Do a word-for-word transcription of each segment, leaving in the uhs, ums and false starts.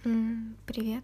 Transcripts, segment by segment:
М, Привет.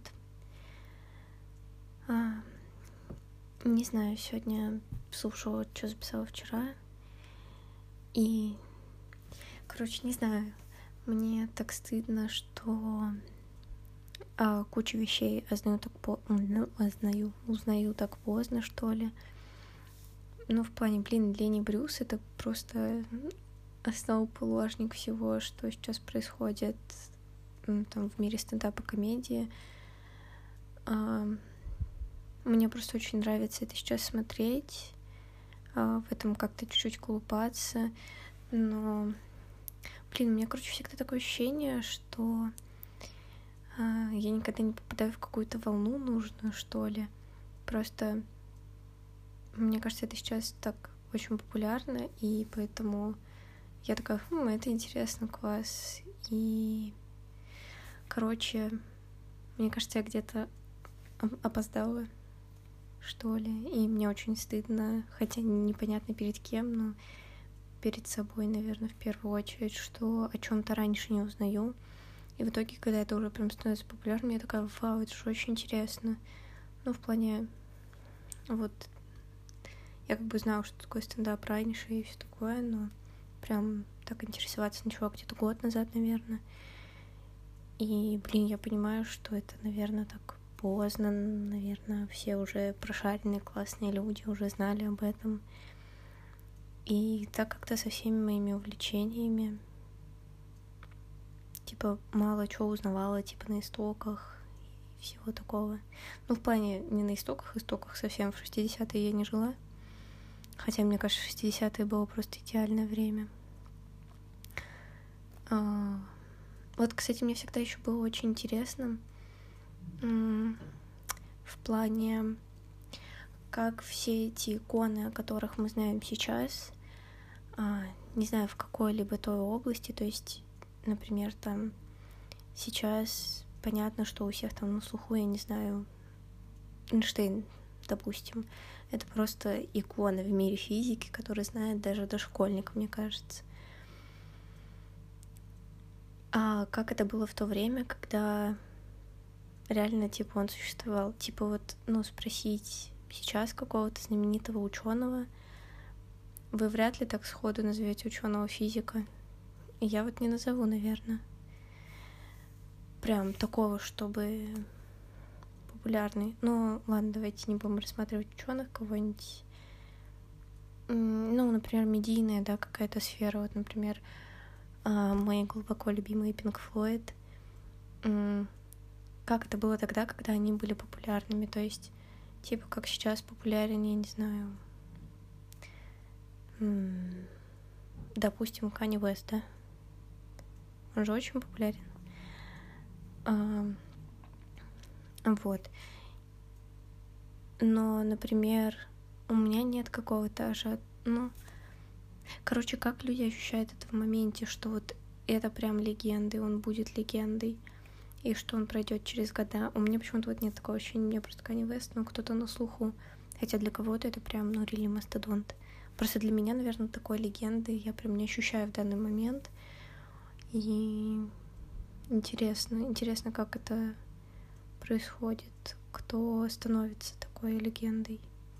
А, Не знаю, сегодня слушала, что записала вчера. И, короче, не знаю, мне так стыдно, что а, кучу вещей ознаю так по... ну, ознаю, узнаю так поздно, что ли. Ну, в плане, блин, Лени Брюс — это просто основоположник всего, что сейчас происходит м, там в мире стендапа комедии. А, Мне просто очень нравится это сейчас смотреть, а, в этом как-то чуть-чуть колупаться. Но, блин, у меня, короче, всегда такое ощущение, что а, я никогда не попадаю в какую-то волну нужную, что ли. Просто, мне кажется, это сейчас так очень популярно, и поэтому я такая, хм, это интересно, класс. И, короче, мне кажется, я где-то опоздала, что ли, и мне очень стыдно, хотя непонятно перед кем, но перед собой, наверное, в первую очередь, что о чем-то раньше не узнаю. И в итоге, когда это уже прям становится популярным, я такая, вау, это же очень интересно. Ну, в плане, вот, я как бы знала, что такое стендап раньше и все такое, но прям так интересоваться начала где-то год назад, наверное. И, блин, я понимаю, что это, наверное, так поздно, наверное, все уже прошаренные, классные люди уже знали об этом. И так как-то со всеми моими увлечениями, типа, мало чего узнавала, типа, на истоках и всего такого. Ну, в плане, не на истоках, истоках совсем в шестидесятые я не жила. Хотя, мне кажется, шестидесятые было просто идеальное время. А, вот, кстати, мне всегда еще было очень интересно м- в плане, как все эти иконы, о которых мы знаем сейчас, а, не знаю, в какой-либо той области, то есть, например, там сейчас понятно, что у всех там на слуху, я не знаю, Эйнштейн, допустим, это просто икона в мире физики, который знает даже дошкольник, мне кажется. А как это было в то время, когда реально, типа, он существовал? Типа вот, ну, спросить сейчас какого-то знаменитого ученого, вы вряд ли так сходу назовете ученого физика. И я вот не назову, наверное. Прям такого, чтобы популярный. Ну, ладно, давайте не будем рассматривать ученых кого-нибудь. Ну, например, медийная, да, какая-то сфера. Вот, например, мои глубоко любимые Pink Floyd. Как это было тогда, когда они были популярными? То есть, типа, как сейчас популярен, я не знаю, допустим, Канье Уэст, да? Он же очень популярен. А, вот. Но, например, у меня нет какого-то аж... Ну, короче, как люди ощущают это в моменте, что вот это прям легендой, он будет легендой, и что он пройдет через года. У меня почему-то вот нет такого ощущения, у меня просто Канье Уэст, ну, кто-то на слуху. Хотя для кого-то это прям, ну, рели мастодонт. Просто для меня, наверное, такой легенды я прям не ощущаю в данный момент. И интересно, интересно, как это происходит, кто становится такой легендой.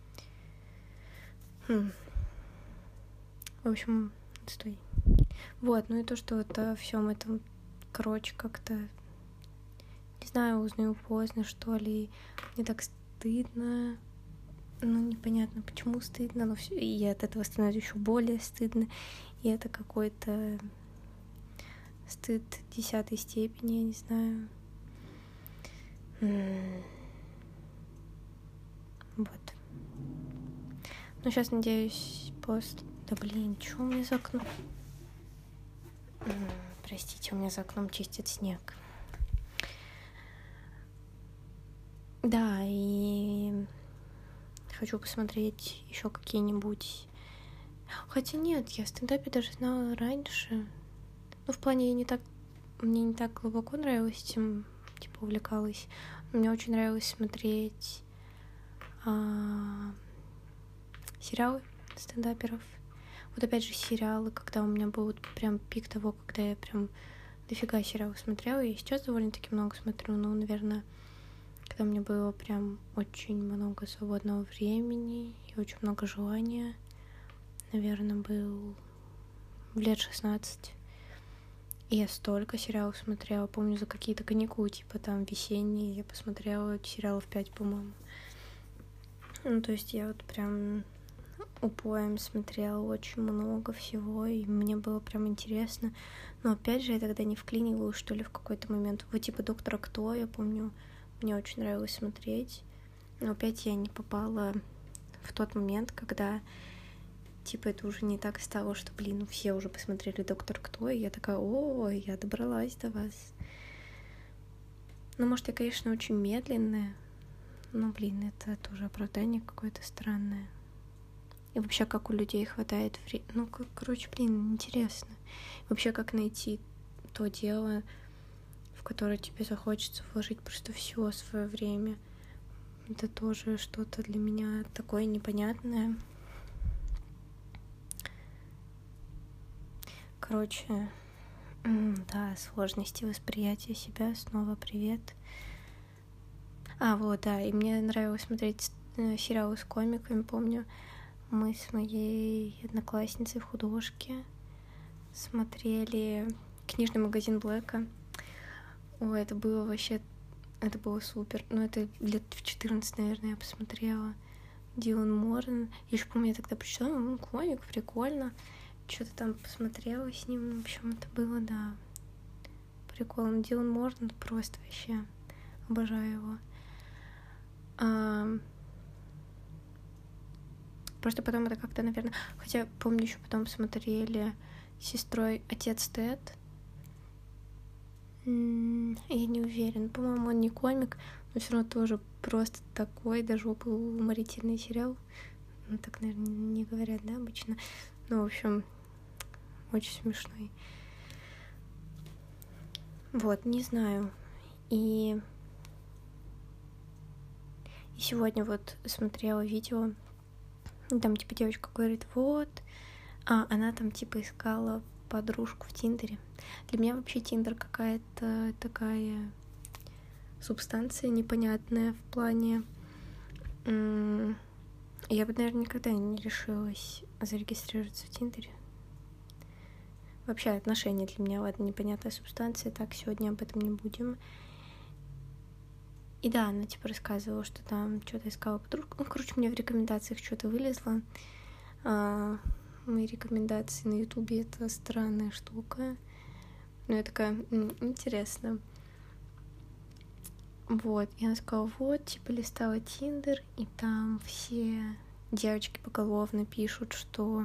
Хм. В общем, стой. Вот, ну и то, что вот о всем этом, короче, как-то, не знаю, узнаю поздно, что ли. Мне так стыдно. Ну, непонятно, почему стыдно, но все, и от этого становится еще более стыдно. И это какой-то стыд десятой степени, я не знаю. Вот. Ну, сейчас, надеюсь, после... Да, блин, что у меня за окном? Простите, у меня за окном чистит снег. Да, и хочу посмотреть еще какие-нибудь... Хотя нет, я в стендапе даже знала раньше. Ну, в плане, я не так... Мне не так глубоко нравилось этим, типа, увлекалась. Мне очень нравилось смотреть а... сериалы стендаперов. Вот опять же сериалы, когда у меня был вот прям пик того, когда я прям дофига сериалов смотрела, и сейчас довольно-таки много смотрю, ну, наверное, когда у меня было прям очень много свободного времени и очень много желания, наверное, был в лет шестнадцать. И я столько сериалов смотрела, помню, за какие-то каникулы, типа там весенние, я посмотрела сериалов пять, по-моему. Ну, то есть я вот прям упоем смотрела очень много всего, и мне было прям интересно. Но опять же, я тогда не вклинивалась, что ли, в какой-то момент. Вот типа «Доктора Кто», я помню, мне очень нравилось смотреть. Но опять я не попала в тот момент, когда типа это уже не так стало, что, блин, все уже посмотрели «Доктор Кто», и я такая: о, я добралась до вас. Ну, может, я, конечно, очень медленная, но, блин, это тоже оправдание какое-то странное. И вообще, как у людей хватает времени. Ну, как, короче, блин, интересно. Вообще, как найти то дело, в которое тебе захочется вложить просто все свое время. Это тоже что-то для меня такое непонятное. Короче, да, сложности восприятия себя. Снова привет. А, вот, да, и мне нравилось смотреть сериалы с комиками, помню. Мы с моей одноклассницей в художке смотрели «Книжный магазин Блэка». Ой, это было вообще... Это было супер. Ну, это лет в четырнадцать, наверное, я посмотрела. Дилан Моран. Я еще помню, я тогда прочитала, ну, комик, прикольно. Что-то там посмотрела с ним. В общем, это было, да, прикольно. Дилан Моран просто вообще... Обожаю его. А... Просто потом это как-то, наверное... Хотя, помню, еще потом смотрели с сестрой «Отец Тед». М-м, я не уверена. По-моему, он не комик, но все равно тоже просто такой, даже уморительный сериал. Ну, так, наверное, не говорят, да, обычно. Ну, в общем, очень смешной. Вот, не знаю. И... И сегодня вот смотрела видео, там, типа, девочка говорит, вот, а она там, типа, искала подружку в Тиндере. Для меня вообще Тиндер какая-то такая субстанция непонятная в плане... Я бы, наверное, никогда не решилась зарегистрироваться в Тиндере. Вообще отношения для меня, ладно, непонятная субстанция. Так, сегодня об этом не будем. И да, она типа рассказывала, что там что-то искала подружку. Ну, короче, мне в рекомендациях что-то вылезло. А, мои рекомендации на Ютубе — это странная штука. Ну, я такая, м-м, интересно. Вот, и она сказала, вот, типа, листала Тиндер, и там все девочки поголовно пишут, что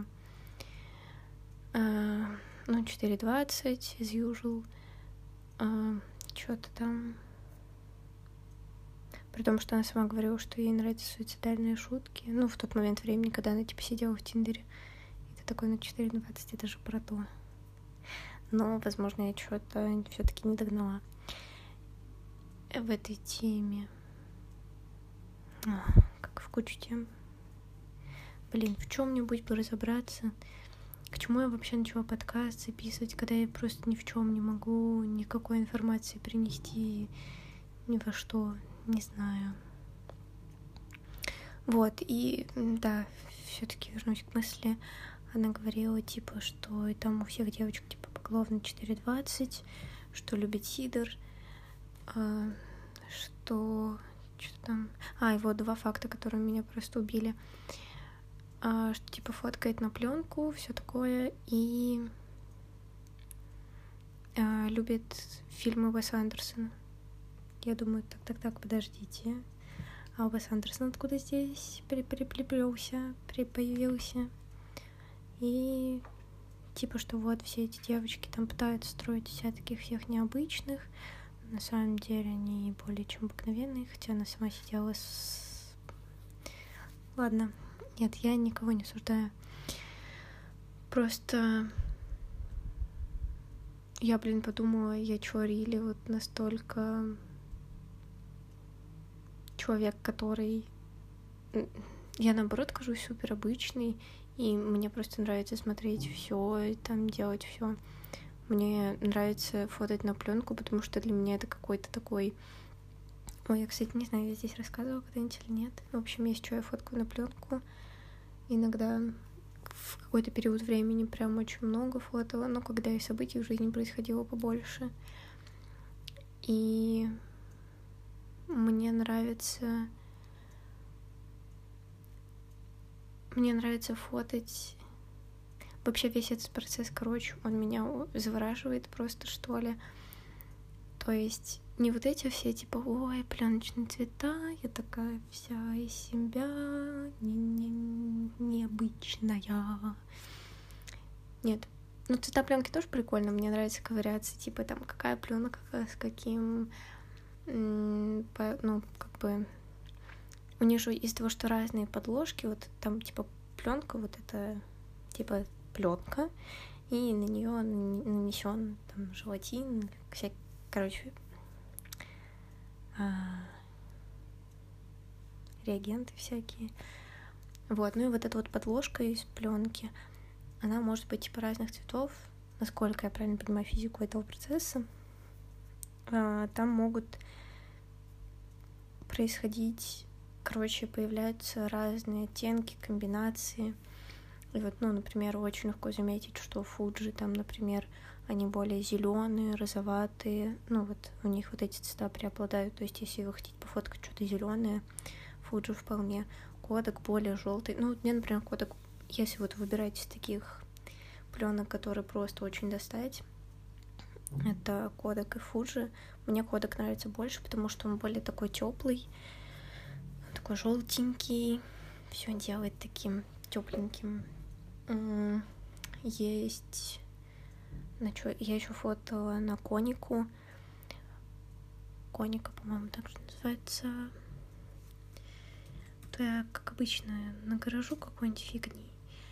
а, ну, четыре двадцать, as usual, а, что-то там. При том, что она сама говорила, что ей нравятся суицидальные шутки. Ну, в тот момент времени, когда она, типа, сидела в Тиндере. И ты такой, ну, четыре двадцать, это же про то. Но, возможно, я что-то все-таки не догнала в этой теме. А, как в кучу тем. Блин, в чем-нибудь бы разобраться. К чему я вообще начала подкаст записывать, когда я просто ни в чем не могу никакой информации принести ни во что. Не знаю. Вот, и да, все-таки вернусь к мысли. Она говорила, типа, что и там у всех девочек, типа, поголовно четыре двадцать, что любит сидр, а, что... Что там... А, и вот два факта, которые меня просто убили. А, что, типа, фоткает на пленку, все такое, и а, любит фильмы Уэса Андерсона. Я думаю, так, так, так, подождите. А Уэс Андерсон откуда здесь приплелся, появился? И типа, что вот все эти девочки там пытаются строить себя таких всех необычных. На самом деле они более чем обыкновенные, хотя она сама сидела с... Ладно, нет, я никого не осуждаю. Просто... Я, блин, подумала, я чё, рили вот настолько... Человек, который... Я, наоборот, кажусь супер обычный, и мне просто нравится смотреть все и там делать все. Мне нравится фотать на пленку, потому что для меня это какой-то такой... Ой, я, кстати, не знаю, я здесь рассказывала когда-нибудь или нет. В общем, есть что я фоткаю на пленку. Иногда в какой-то период времени прям очень много фотала, но когда и событий в жизни происходило побольше. И мне нравится... Мне нравится фотать... Вообще весь этот процесс, короче, он меня завораживает просто, что ли. То есть не вот эти все, типа, ой, пленочные цвета, я такая вся из себя не, не, необычная. Нет. Ну, цвета пленки тоже прикольно, мне нравится ковыряться, типа, там, какая пленка, с каким, ну, как бы, у них же из-за того, что разные подложки, вот там, типа, пленка, вот это, типа, пленка, и на нее нанесен там желатин, всякие, короче, а, реагенты всякие. Вот, ну и вот эта вот подложка из пленки, она может быть типа разных цветов, насколько я правильно понимаю физику этого процесса. А, там могут происходить, короче, появляются разные оттенки, комбинации. И вот, ну, например, очень легко заметить, что Fuji там, например, они более зеленые, розоватые. Ну, вот у них вот эти цвета преобладают. То есть, если вы хотите пофоткать что-то зеленое, Fuji вполне. Kodak более желтый. Ну, вот мне, например, Kodak, если вот выбираете из таких пленок, которые просто очень достать, это Kodak и Fuji. Мне Kodak нравится больше, потому что он более такой теплый, такой желтенький, все делает таким тепленьким. Есть, на чё? Я еще фотала на конику. Коника, по-моему, так же называется. То я, как обычно, нагоражу какой-нибудь фигни.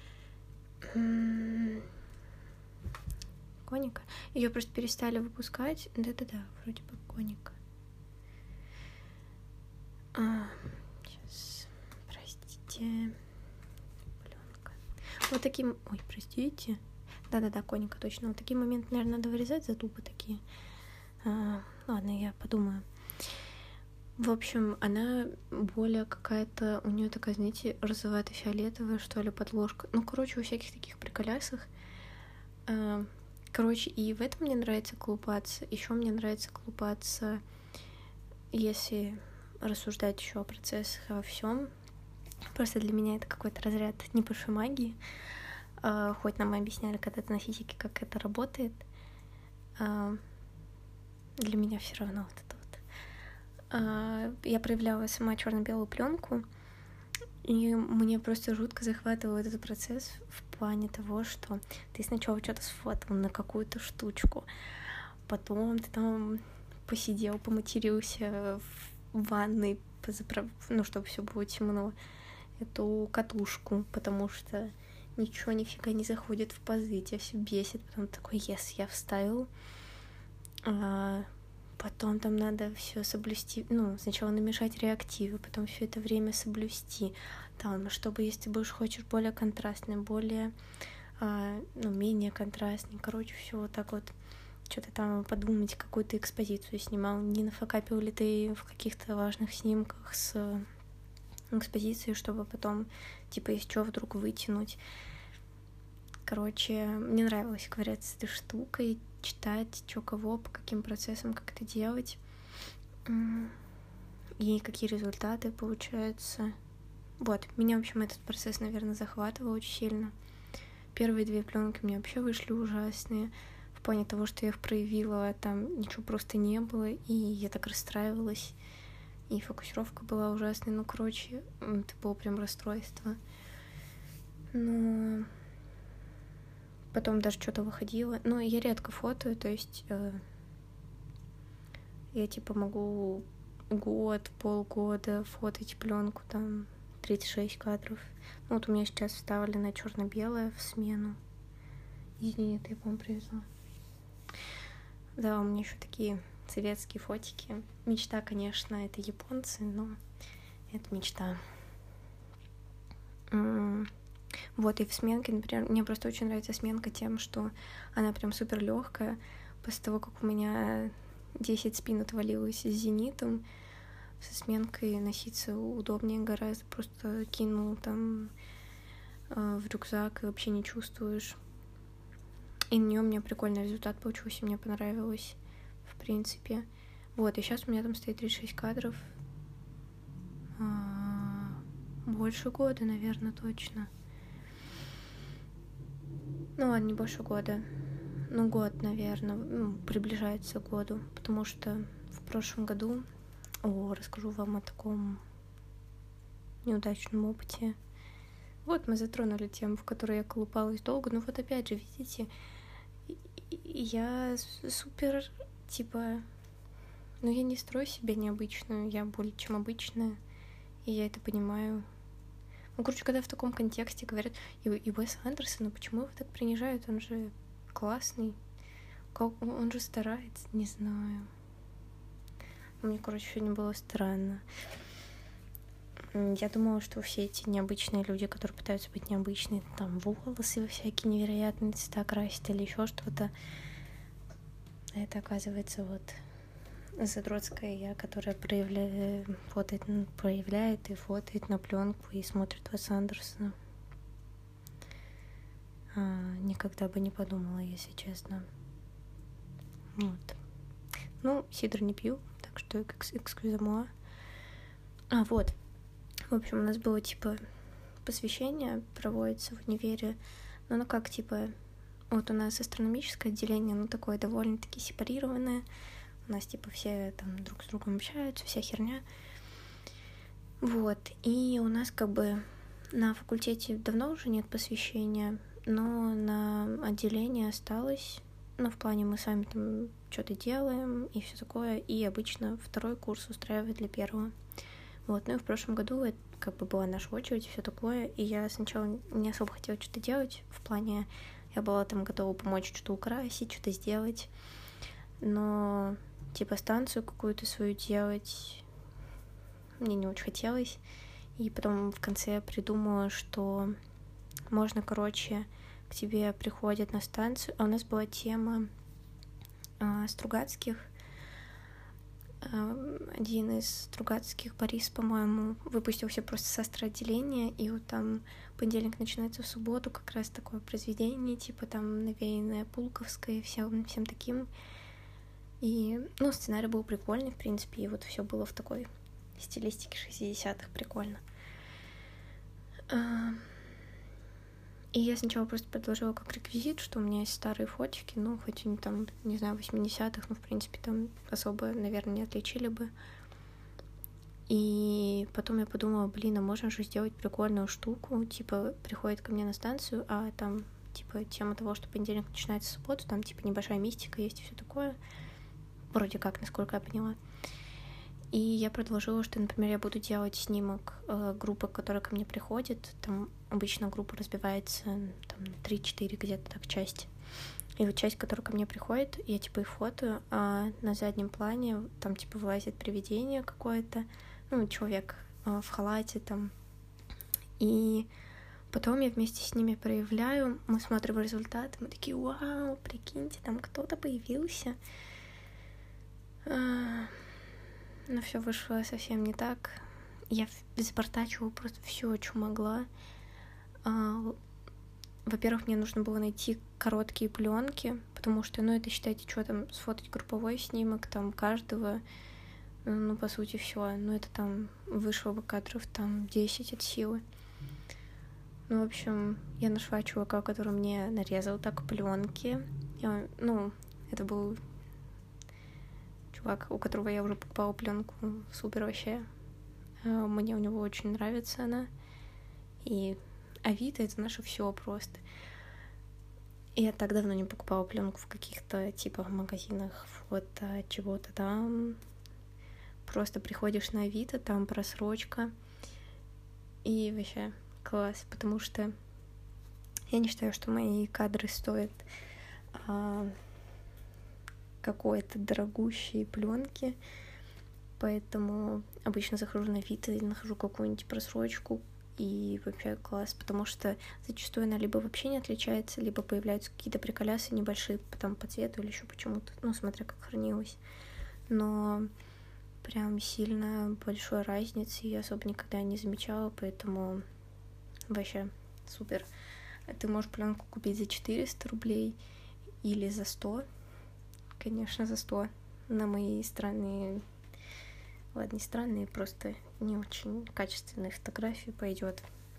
Коника. Ее просто перестали выпускать. Да-да-да, вроде бы коника. А, сейчас, простите. Вот таким... Ой, простите. Да-да-да, коника, точно. Вот такие моменты, наверное, надо вырезать, затупы такие. А, ладно, я подумаю. В общем, она более какая-то... У нее такая, знаете, розовато-фиолетовая, что ли, подложка. Ну, короче, у всяких таких приколясах. А, короче, и в этом мне нравится колупаться. Еще мне нравится колупаться, если рассуждать еще о процессах, о всем. Просто для меня это какой-то разряд небольшой магии. Uh, хоть нам и объясняли когда-то на физике, как это работает. Uh, для меня все равно вот это вот. Uh, я проявляла сама черно-белую пленку, и мне просто жутко захватывал этот процесс в плане того, что ты сначала что-то сфотал на какую-то штучку, потом ты там посидел, поматерился в ванной, позаправ... ну, чтобы все было темно, эту катушку, потому что ничего нифига не заходит в пазы, тебя все бесит, потом такой, yes, я вставил, а потом там надо все соблюсти, ну, сначала намешать реактивы, потом все это время соблюсти, там, чтобы, если ты будешь, хочешь более контрастный, более, а, ну, менее контрастный, короче, все вот так вот, что-то там подумать, какую-то экспозицию снимал, не нафакапил ли ты в каких-то важных снимках с экспозиции, чтобы потом, типа, из чего вдруг вытянуть. Короче, мне нравилось ковыряться с этой штукой, читать, что кого, по каким процессам, как это делать, и какие результаты получаются. Вот, меня, в общем, этот процесс, наверное, захватывал очень сильно. Первые две пленки у меня вообще вышли ужасные. В плане того, что я их проявила, там ничего просто не было, и я так расстраивалась. И фокусировка была ужасной. Ну, короче, это было прям расстройство. Но потом даже что-то выходило. Но я редко фотою, то есть э, я типа могу год, полгода фотать пленку, там тридцать шесть кадров. Ну, вот у меня сейчас вставлено черно-белое в смену. Извини, это я, по-моему, привезла. Да, у меня еще такие советские фотики. Мечта, конечно, это японцы, но это мечта. Вот, и в сменке, например, мне просто очень нравится сменка тем, что она прям супер легкая. После того, как у меня десять спин отвалилось с зенитом, со сменкой носиться удобнее гораздо. Просто кинул там э, в рюкзак и вообще не чувствуешь. И на нее у меня прикольный результат получился, мне понравилось, в принципе. Вот, и сейчас у меня там стоит тридцать шесть кадров. А, больше года, наверное, точно. Ну ладно, не больше года. Ну, год, наверное, ну, приближается к году, потому что в прошлом году... О, расскажу вам о таком неудачном опыте. Вот мы затронули тему, в которой я колупалась долго, но вот опять же, видите, я супер, типа... Ну, я не строю себя необычную, я более чем обычная, и я это понимаю. Ну, короче, когда в таком контексте говорят, и, и Уэс Андерсон, ну почему его так принижают? Он же классный. Как, он же старается, не знаю. Мне, короче, сегодня было странно. Я думала, что все эти необычные люди, которые пытаются быть необычными, там волосы во всякие невероятные цвета красят или еще что-то. Это, оказывается, вот задротская я, которая проявляет, фотает, проявляет и фотает на пленку и смотрит Уэса Андерсона. А, никогда бы не подумала, если честно. Вот. Ну, сидр не пью, так что экскюза-муа. А, вот. В общем, у нас было, типа, посвящение проводится в универе. Ну, ну как, типа, вот у нас астрономическое отделение, ну, такое довольно-таки сепарированное. У нас, типа, все там друг с другом общаются, вся херня. Вот. И у нас, как бы, на факультете давно уже нет посвящения, но на отделении осталось. Ну, в плане мы сами там что-то делаем и все такое. И обычно второй курс устраивает для первого. Вот. Ну и в прошлом году это как бы была наша очередь и все такое. И я сначала не особо хотела что-то делать. В плане я была там готова помочь что-то украсить, что-то сделать. Но типа станцию какую-то свою делать мне не очень хотелось. И потом в конце я придумала, что можно, короче, к тебе приходят на станцию. А у нас была тема э, Стругацких. Э, один из Стругацких, Борис, по-моему, выпустился просто с астроотделения. И вот там понедельник начинается в субботу, как раз такое произведение, типа там навеянное Пулковское, всем, всем таким. И, ну, сценарий был прикольный, в принципе, и вот все было в такой стилистике шестидесятых, прикольно. И я сначала просто предложила как реквизит, что у меня есть старые фотики, ну, хоть они там, не знаю, восьмидесятых, но, в принципе, там особо, наверное, не отличили бы. И потом я подумала, блин, а можно же сделать прикольную штуку, типа, приходит ко мне на станцию, а там, типа, тема того, что понедельник начинается в субботу, там, типа, небольшая мистика есть и все такое. Вроде как, насколько я поняла. И я предложила, что, например, я буду делать снимок э, группы, которая ко мне приходит. Там обычно группа разбивается там, на три-четыре где-то так части. И вот часть, которая ко мне приходит, я типа их фотою, а на заднем плане там типа вылазит привидение какое-то, ну, человек э, в халате там. И потом я вместе с ними проявляю, мы смотрим результаты, мы такие, вау, прикиньте, там кто-то появился. Но все вышло совсем не так. Я запортачивала просто все, что могла. Во-первых, мне нужно было найти короткие пленки, потому что, ну, это, считайте, что там, сфотать групповой снимок, там, каждого, ну, по сути, все. Ну, это там вышло бы кадров, там, десять от силы. Ну, в общем, я нашла чувака, который мне нарезал так пленки. Я, ну, это был чувак, у которого я уже покупала пленку, супер вообще. Мне у него очень нравится она. И Авито — это наше все просто. И я так давно не покупала пленку в каких-то типа магазинах фото чего-то там. Просто приходишь на Авито, там просрочка. И вообще класс, потому что я не считаю, что мои кадры стоят а, какой-то дорогущей пленки. Поэтому обычно захожу на Авито и нахожу какую-нибудь просрочку и вообще класс, потому что зачастую она либо вообще не отличается, либо появляются какие-то приколясы небольшие там по цвету или еще почему-то, ну, смотря как хранилось. Но прям сильно большой разницы я особо никогда не замечала, поэтому вообще супер. Ты можешь пленку купить за четыреста рублей или за сто. Конечно, за сто. На мои странные, ладно, не странные, просто не очень качественные фотографии пойдет.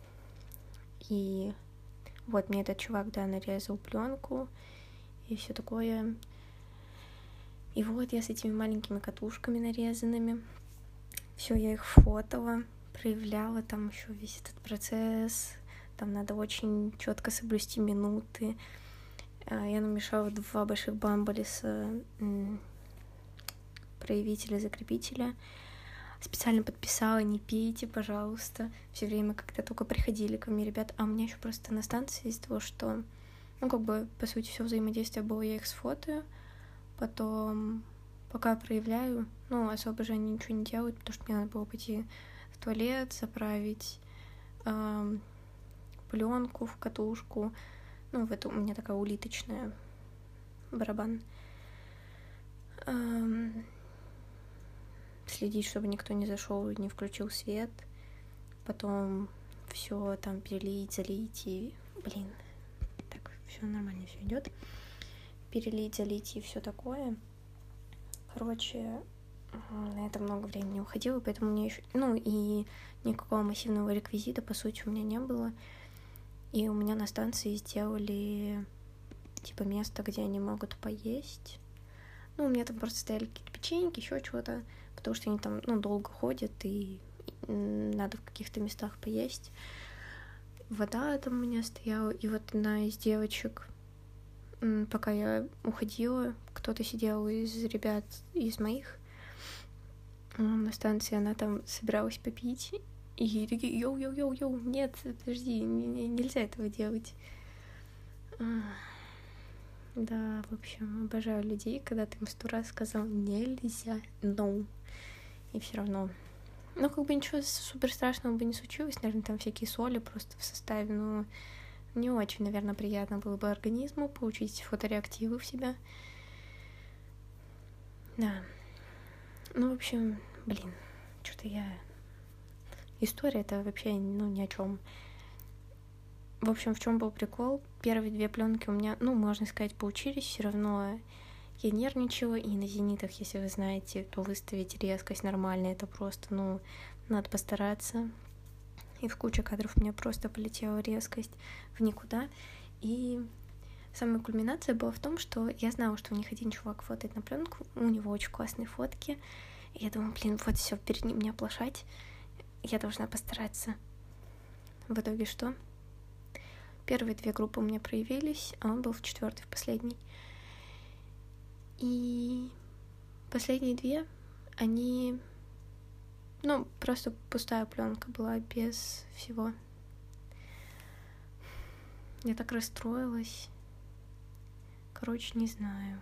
И вот мне этот чувак, да, нарезал пленку и все такое. И вот я с этими маленькими катушками нарезанными. Все, я их фотала, проявляла там еще весь этот процесс. Там надо очень четко соблюсти минуты. Я намешала два больших бамбалиса, проявителя, закрепителя. Специально подписала: не пейте, пожалуйста. Все время, когда только приходили ко мне ребята. А у меня еще просто на станции из-за того, что, ну, как бы, по сути, все взаимодействие было, я их сфотою. Потом, пока проявляю, ну, особо же они ничего не делают, потому что мне надо было пойти в туалет, заправить эм, пленку в катушку. Ну, в эту у меня такая улиточная барабан. Эм, следить, чтобы никто не зашел и не включил свет. Потом все там перелить, залить и... Блин, так, все нормально, все идет. Перелить, залить и все такое. Короче, на это много времени уходило, поэтому мне еще... Ну, и никакого массивного реквизита, по сути, у меня не было. И у меня на станции сделали, типа, место, где они могут поесть. Ну, у меня там просто стояли какие-то печеньки, еще чего-то, потому что они там, ну, долго ходят, и надо в каких-то местах поесть. Вода там у меня стояла, и вот одна из девочек, пока я уходила, кто-то сидел из ребят, из моих на станции, она там собиралась попить, и такие: йоу-йоу-йоу-йоу, нет, подожди, нельзя этого делать. Да, в общем, обожаю людей, когда ты им сто раз сказал нельзя, no, и все равно. Ну, как бы ничего супер страшного бы не случилось, наверное, там всякие соли просто в составе, но не очень, наверное, приятно было бы организму получить фотореактивы в себя. Да. Ну, в общем, блин, что-то я... История это вообще, ну, ни о чем. В общем, в чем был прикол? Первые две пленки у меня, ну, можно сказать, получились. Все равно я нервничала, и на зенитах, если вы знаете, то выставить резкость нормально, это просто, ну, надо постараться. И в куче кадров у меня просто полетела резкость в никуда. И самая кульминация была в том, что я знала, что у них один чувак фотает на пленку, у него очень классные фотки. И я думаю, блин, вот все, перед ним не оплошать. Я должна постараться. В итоге что? Первые две группы у меня проявились, а он был в четвертой, в последней. И последние две, они... Ну, просто пустая пленка была, без всего. Я так расстроилась. Короче, не знаю.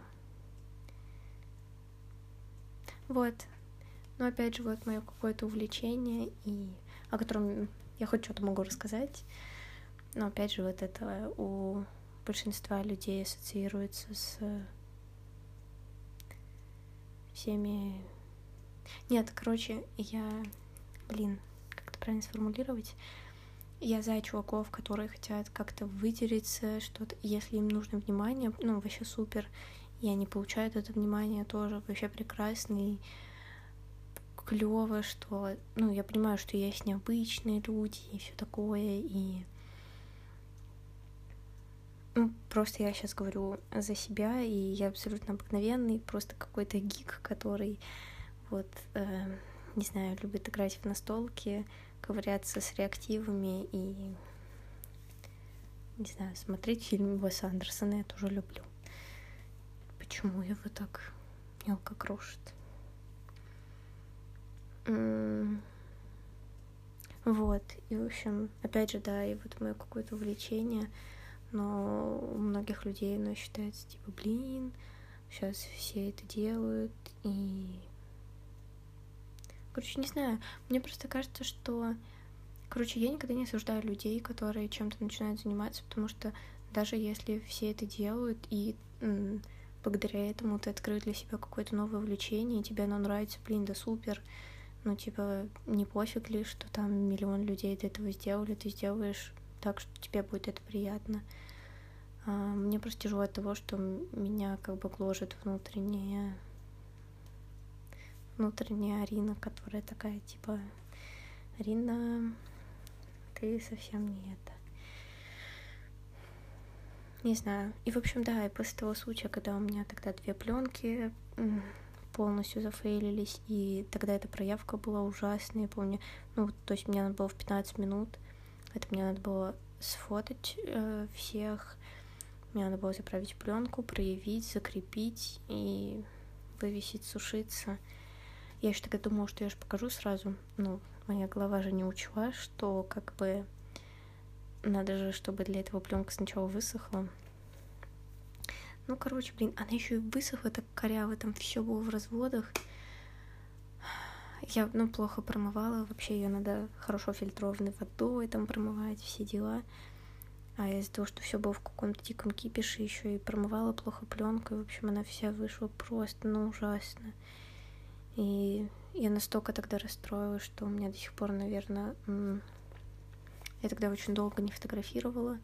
Вот. Но опять же, вот мое какое-то увлечение, и о котором я хоть что-то могу рассказать. Но опять же, вот это у большинства людей ассоциируется с всеми... Нет, короче, я... Блин, как это правильно сформулировать? Я за чуваков, которые хотят как-то выделиться, что-то... Если им нужно внимание, ну, вообще супер. И они получают это внимание тоже вообще прекрасный. Клево, что... Ну, я понимаю, что есть необычные люди и все такое, и... Ну, просто я сейчас говорю за себя, и я абсолютно обыкновенный, просто какой-то гик, который, вот, э, не знаю, любит играть в настолки, ковыряться с реактивами и, не знаю, смотреть фильмы Уэса Андерсона я тоже люблю. Почему его так мелко крошит? Вот, и, в общем, опять же, да, и вот мое какое-то увлечение, но у многих людей оно считается, типа, блин, сейчас все это делают, и... Короче, не знаю, мне просто кажется, что Короче, я никогда не осуждаю людей, которые чем-то начинают заниматься, потому что даже если все это делают, и м, благодаря этому ты открыл для себя какое-то новое увлечение, и тебе оно нравится, блин, да супер, ну, типа, не пофиг ли, что там миллион людей до этого сделали, ты сделаешь так, что тебе будет это приятно. А, мне просто тяжело от того, что меня как бы гложет внутренняя внутренняя Арина, которая такая, типа, Арина, ты совсем не это. Не знаю. И, в общем, да, и после того случая, когда у меня тогда две пленки полностью зафейлились, и тогда эта проявка была ужасная, я помню. Ну, то есть мне надо было в пятнадцать минут, это мне надо было сфотать э, всех, мне надо было заправить пленку, проявить, закрепить и вывесить, сушиться. Я еще тогда думала, что я же покажу сразу. Ну, моя голова же не учла, что как бы надо же, чтобы для этого пленка сначала высохла. Ну, короче, блин, она еще и высохла так коряво, там все было в разводах. Я, ну, плохо промывала, вообще ее надо хорошо фильтрованной водой там промывать, все дела. А из-за того, что все было в каком-то диком кипише, еще и промывала плохо пленкой, в общем, она вся вышла просто, ну, ужасно. И я настолько тогда расстроилась, что у меня до сих пор, наверное, я тогда очень долго не фотографировала.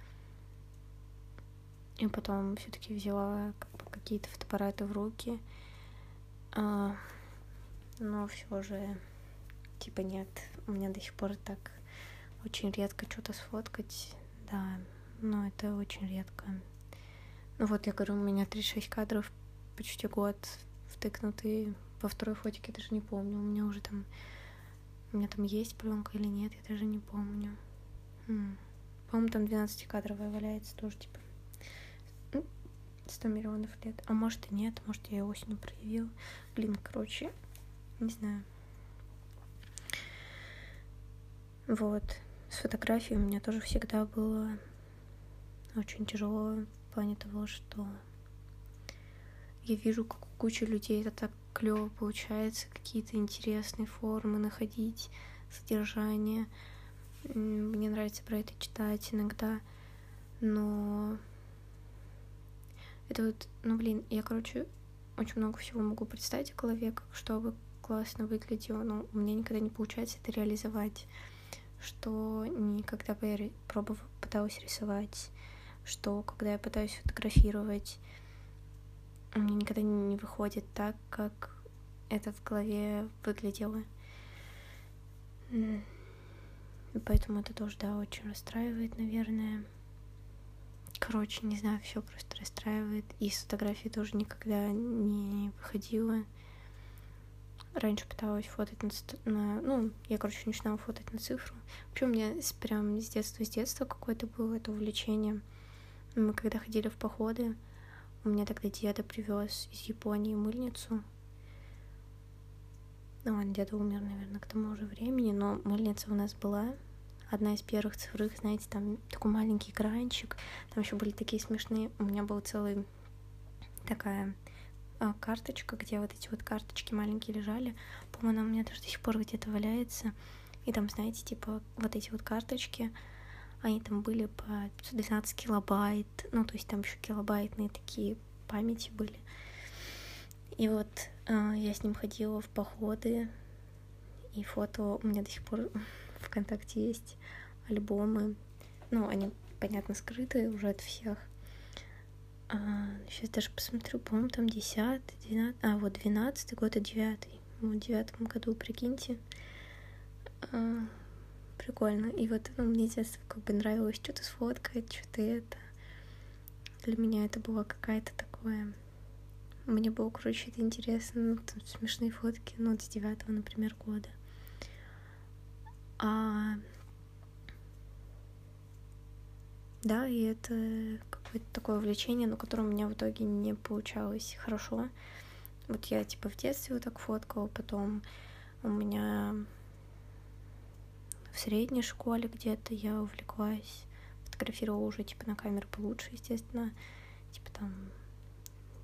И потом все-таки взяла как бы какие-то фотоаппараты в руки. А, но все же, типа, нет, у меня до сих пор так очень редко что-то сфоткать. Да, но это очень редко. Ну вот, я говорю, у меня тридцать шесть кадров почти год втыкнутые. Во второй фотике даже не помню. У меня уже там... У меня там есть пленка или нет, я даже не помню. М. По-моему, там двенадцатикадровая валяется тоже, типа, сто миллионов лет. А может и нет, может я ее осенью проявила. Блин, короче, не знаю. Вот. С фотографией у меня тоже всегда было очень тяжело в плане того, что я вижу, как у кучи людей это так клево получается, какие-то интересные формы находить, содержание. Мне нравится про это читать иногда, но это вот, ну блин, я, короче, очень много всего могу представить в голове, как чтобы классно выглядело, но у меня никогда не получается это реализовать, что никогда бы я пробовала, пыталась рисовать, что когда я пытаюсь фотографировать, у меня никогда не выходит так, как это в голове выглядело. Поэтому это тоже, да, очень расстраивает, наверное. Короче, не знаю, все просто расстраивает. И с фотографией тоже никогда не выходила. Раньше пыталась фотать на... на ну, я, короче, начинала фотать на цифру. Вообще у меня прям с детства, с детства какое-то было это увлечение. Мы когда ходили в походы, у меня тогда деда привез из Японии мыльницу. Ну, он деда умер, наверное, к тому же времени, но мыльница у нас была. Одна из первых цифровых, знаете, там такой маленький экранчик. Там еще были такие смешные. У меня была целая такая а, карточка, где вот эти вот карточки маленькие лежали. По-моему, она у меня даже до сих пор где-то валяется. И там, знаете, типа вот эти вот карточки, они там были по пятьсот двенадцать килобайт. Ну, то есть там еще килобайтные такие памяти были. И вот э, я с ним ходила в походы, и фото у меня до сих пор ВКонтакте есть, альбомы. Ну, они, понятно, скрыты уже от всех. А, сейчас даже посмотрю, по-моему, там десятый, двенадцатый, а, вот двенадцатый год и девятый. Вот в девятом году, прикиньте. А, прикольно. И вот, ну, мне с детства как бы нравилось что-то сфоткать, что-то это. Для меня это было какая-то такое... Мне было, короче, это интересно. Ну, там смешные фотки, ну, с девятого, например, года. А... Да, и это какое-то такое увлечение, но которое у меня в итоге не получалось хорошо. Вот я, типа, в детстве вот так фоткала, потом у меня в средней школе где-то я увлеклась, фотографировала уже, типа, на камеру получше, естественно, типа, там,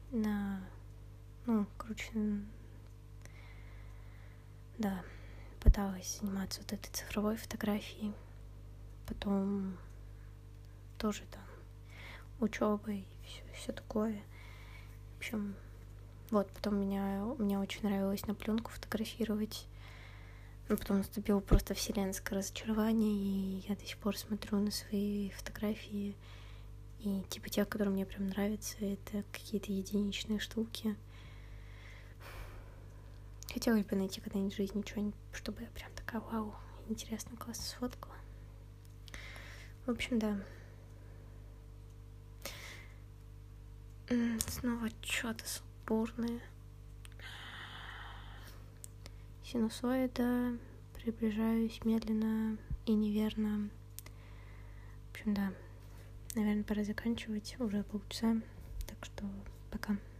на... Ну, короче, да, под пыталась заниматься вот этой цифровой фотографией. Потом тоже там учебой и все, все такое. В общем, вот, потом меня, мне очень нравилось на пленку фотографировать. Но потом наступило просто вселенское разочарование, и я до сих пор смотрю на свои фотографии. И типа те, которые мне прям нравятся, это какие-то единичные штуки. Хотела бы найти когда-нибудь в жизни что-нибудь, чтобы я прям такая, вау, интересно, классно сфоткала. В общем, да. Снова что-то сумбурное. Синусоида. Приближаюсь медленно и неверно. В общем, да. Наверное, пора заканчивать. Уже полчаса. Так что пока.